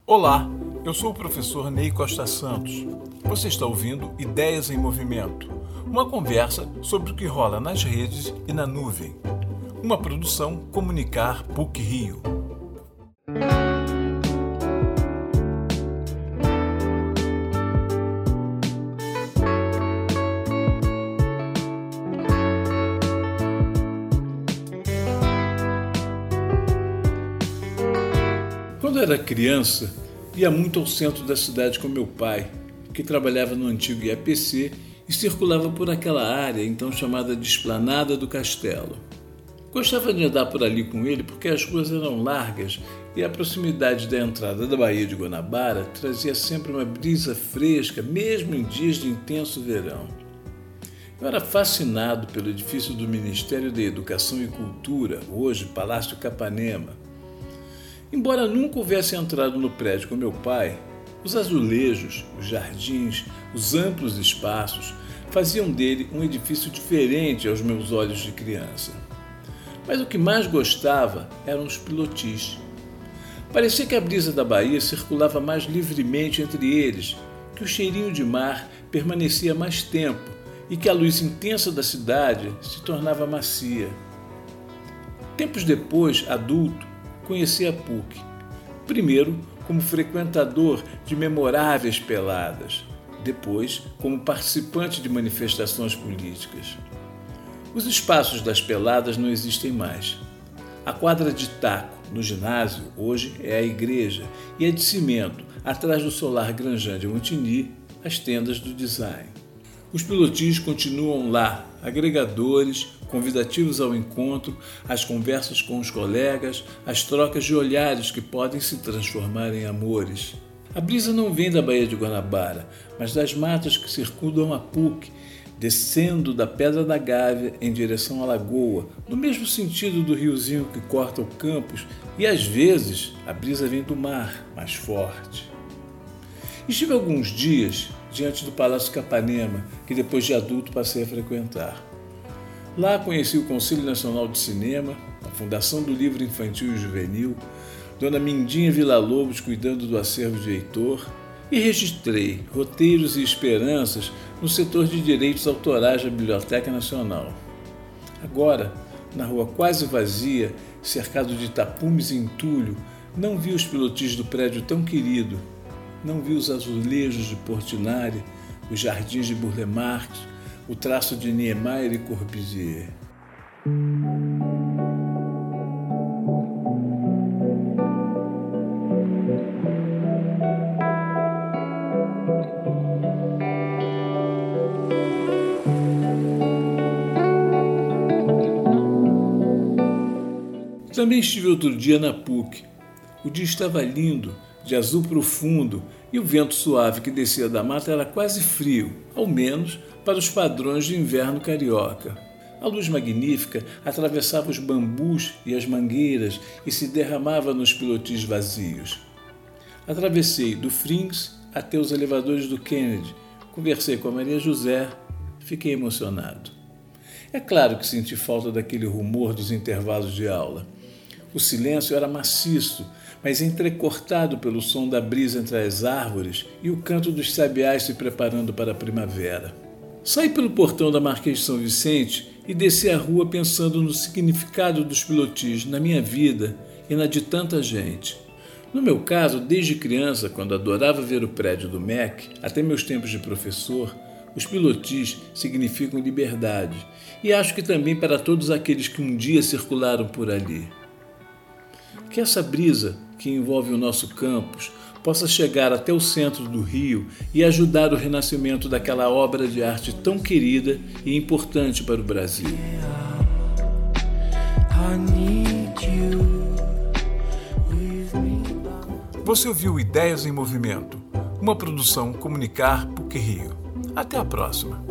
Olá, eu sou o professor Ney Costa Santos. Você está ouvindo Ideias em Movimento, uma conversa sobre o que rola nas redes e na nuvem. Uma produção Comunicar PUC-Rio. Quando era criança, ia muito ao centro da cidade com meu pai, que trabalhava no antigo IAPC e circulava por aquela área então chamada de Esplanada do Castelo. Gostava de andar por ali com ele porque as ruas eram largas e a proximidade da entrada da Baía de Guanabara trazia sempre uma brisa fresca, mesmo em dias de intenso verão. Eu era fascinado pelo edifício do Ministério da Educação e Cultura, hoje Palácio Capanema. Embora nunca houvesse entrado no prédio com meu pai, os azulejos, os jardins, os amplos espaços faziam dele um edifício diferente aos meus olhos de criança. Mas o que mais gostava eram os pilotis. Parecia que a brisa da Bahia circulava mais livremente entre eles, que o cheirinho de mar permanecia mais tempo e que a luz intensa da cidade se tornava macia. Tempos depois, adulto, conheci a PUC, primeiro como frequentador de memoráveis peladas, depois como participante de manifestações políticas. Os espaços das peladas não existem mais. A quadra de taco no ginásio hoje é a igreja e a de cimento, atrás do Solar Granjan de Montigny, as tendas do design. Os pilotis continuam lá, agregadores, convidativos ao encontro, as conversas com os colegas, as trocas de olhares que podem se transformar em amores. A brisa não vem da Baía de Guanabara, mas das matas que circundam a PUC, descendo da Pedra da Gávea em direção à lagoa, no mesmo sentido do riozinho que corta o campus, e às vezes a brisa vem do mar, mais forte. Estive alguns dias diante do Palácio Capanema, que depois de adulto passei a frequentar. Lá conheci o Conselho Nacional de Cinema, a Fundação do Livro Infantil e Juvenil, Dona Mindinha Villa-Lobos cuidando do acervo de Heitor, e registrei roteiros e esperanças no setor de direitos autorais da Biblioteca Nacional. Agora, na rua quase vazia, cercado de tapumes e entulho, não vi os pilotis do prédio tão querido, não vi os azulejos de Portinari, os jardins de Burle Marx, o traço de Niemeyer e Corbusier. Também estive outro dia na PUC. O dia estava lindo, de azul profundo, e o vento suave que descia da mata era quase frio, ao menos para os padrões de inverno carioca. A luz magnífica atravessava os bambus e as mangueiras e se derramava nos pilotis vazios. Atravessei do Frings até os elevadores do Kennedy, conversei com a Maria José, fiquei emocionado. É claro que senti falta daquele rumor dos intervalos de aula. O silêncio era maciço, mas entrecortado pelo som da brisa entre as árvores e o canto dos sabiás se preparando para a primavera. Saí pelo portão da Marquês de São Vicente e desci a rua pensando no significado dos pilotis na minha vida e na de tanta gente. No meu caso, desde criança, quando adorava ver o prédio do MEC, até meus tempos de professor, os pilotis significam liberdade, e acho que também para todos aqueles que um dia circularam por ali. Que essa brisa que envolve o nosso campus possa chegar até o centro do Rio e ajudar o renascimento daquela obra de arte tão querida e importante para o Brasil. Você ouviu Ideias em Movimento, uma produção Comunicar PUC-Rio. Até a próxima.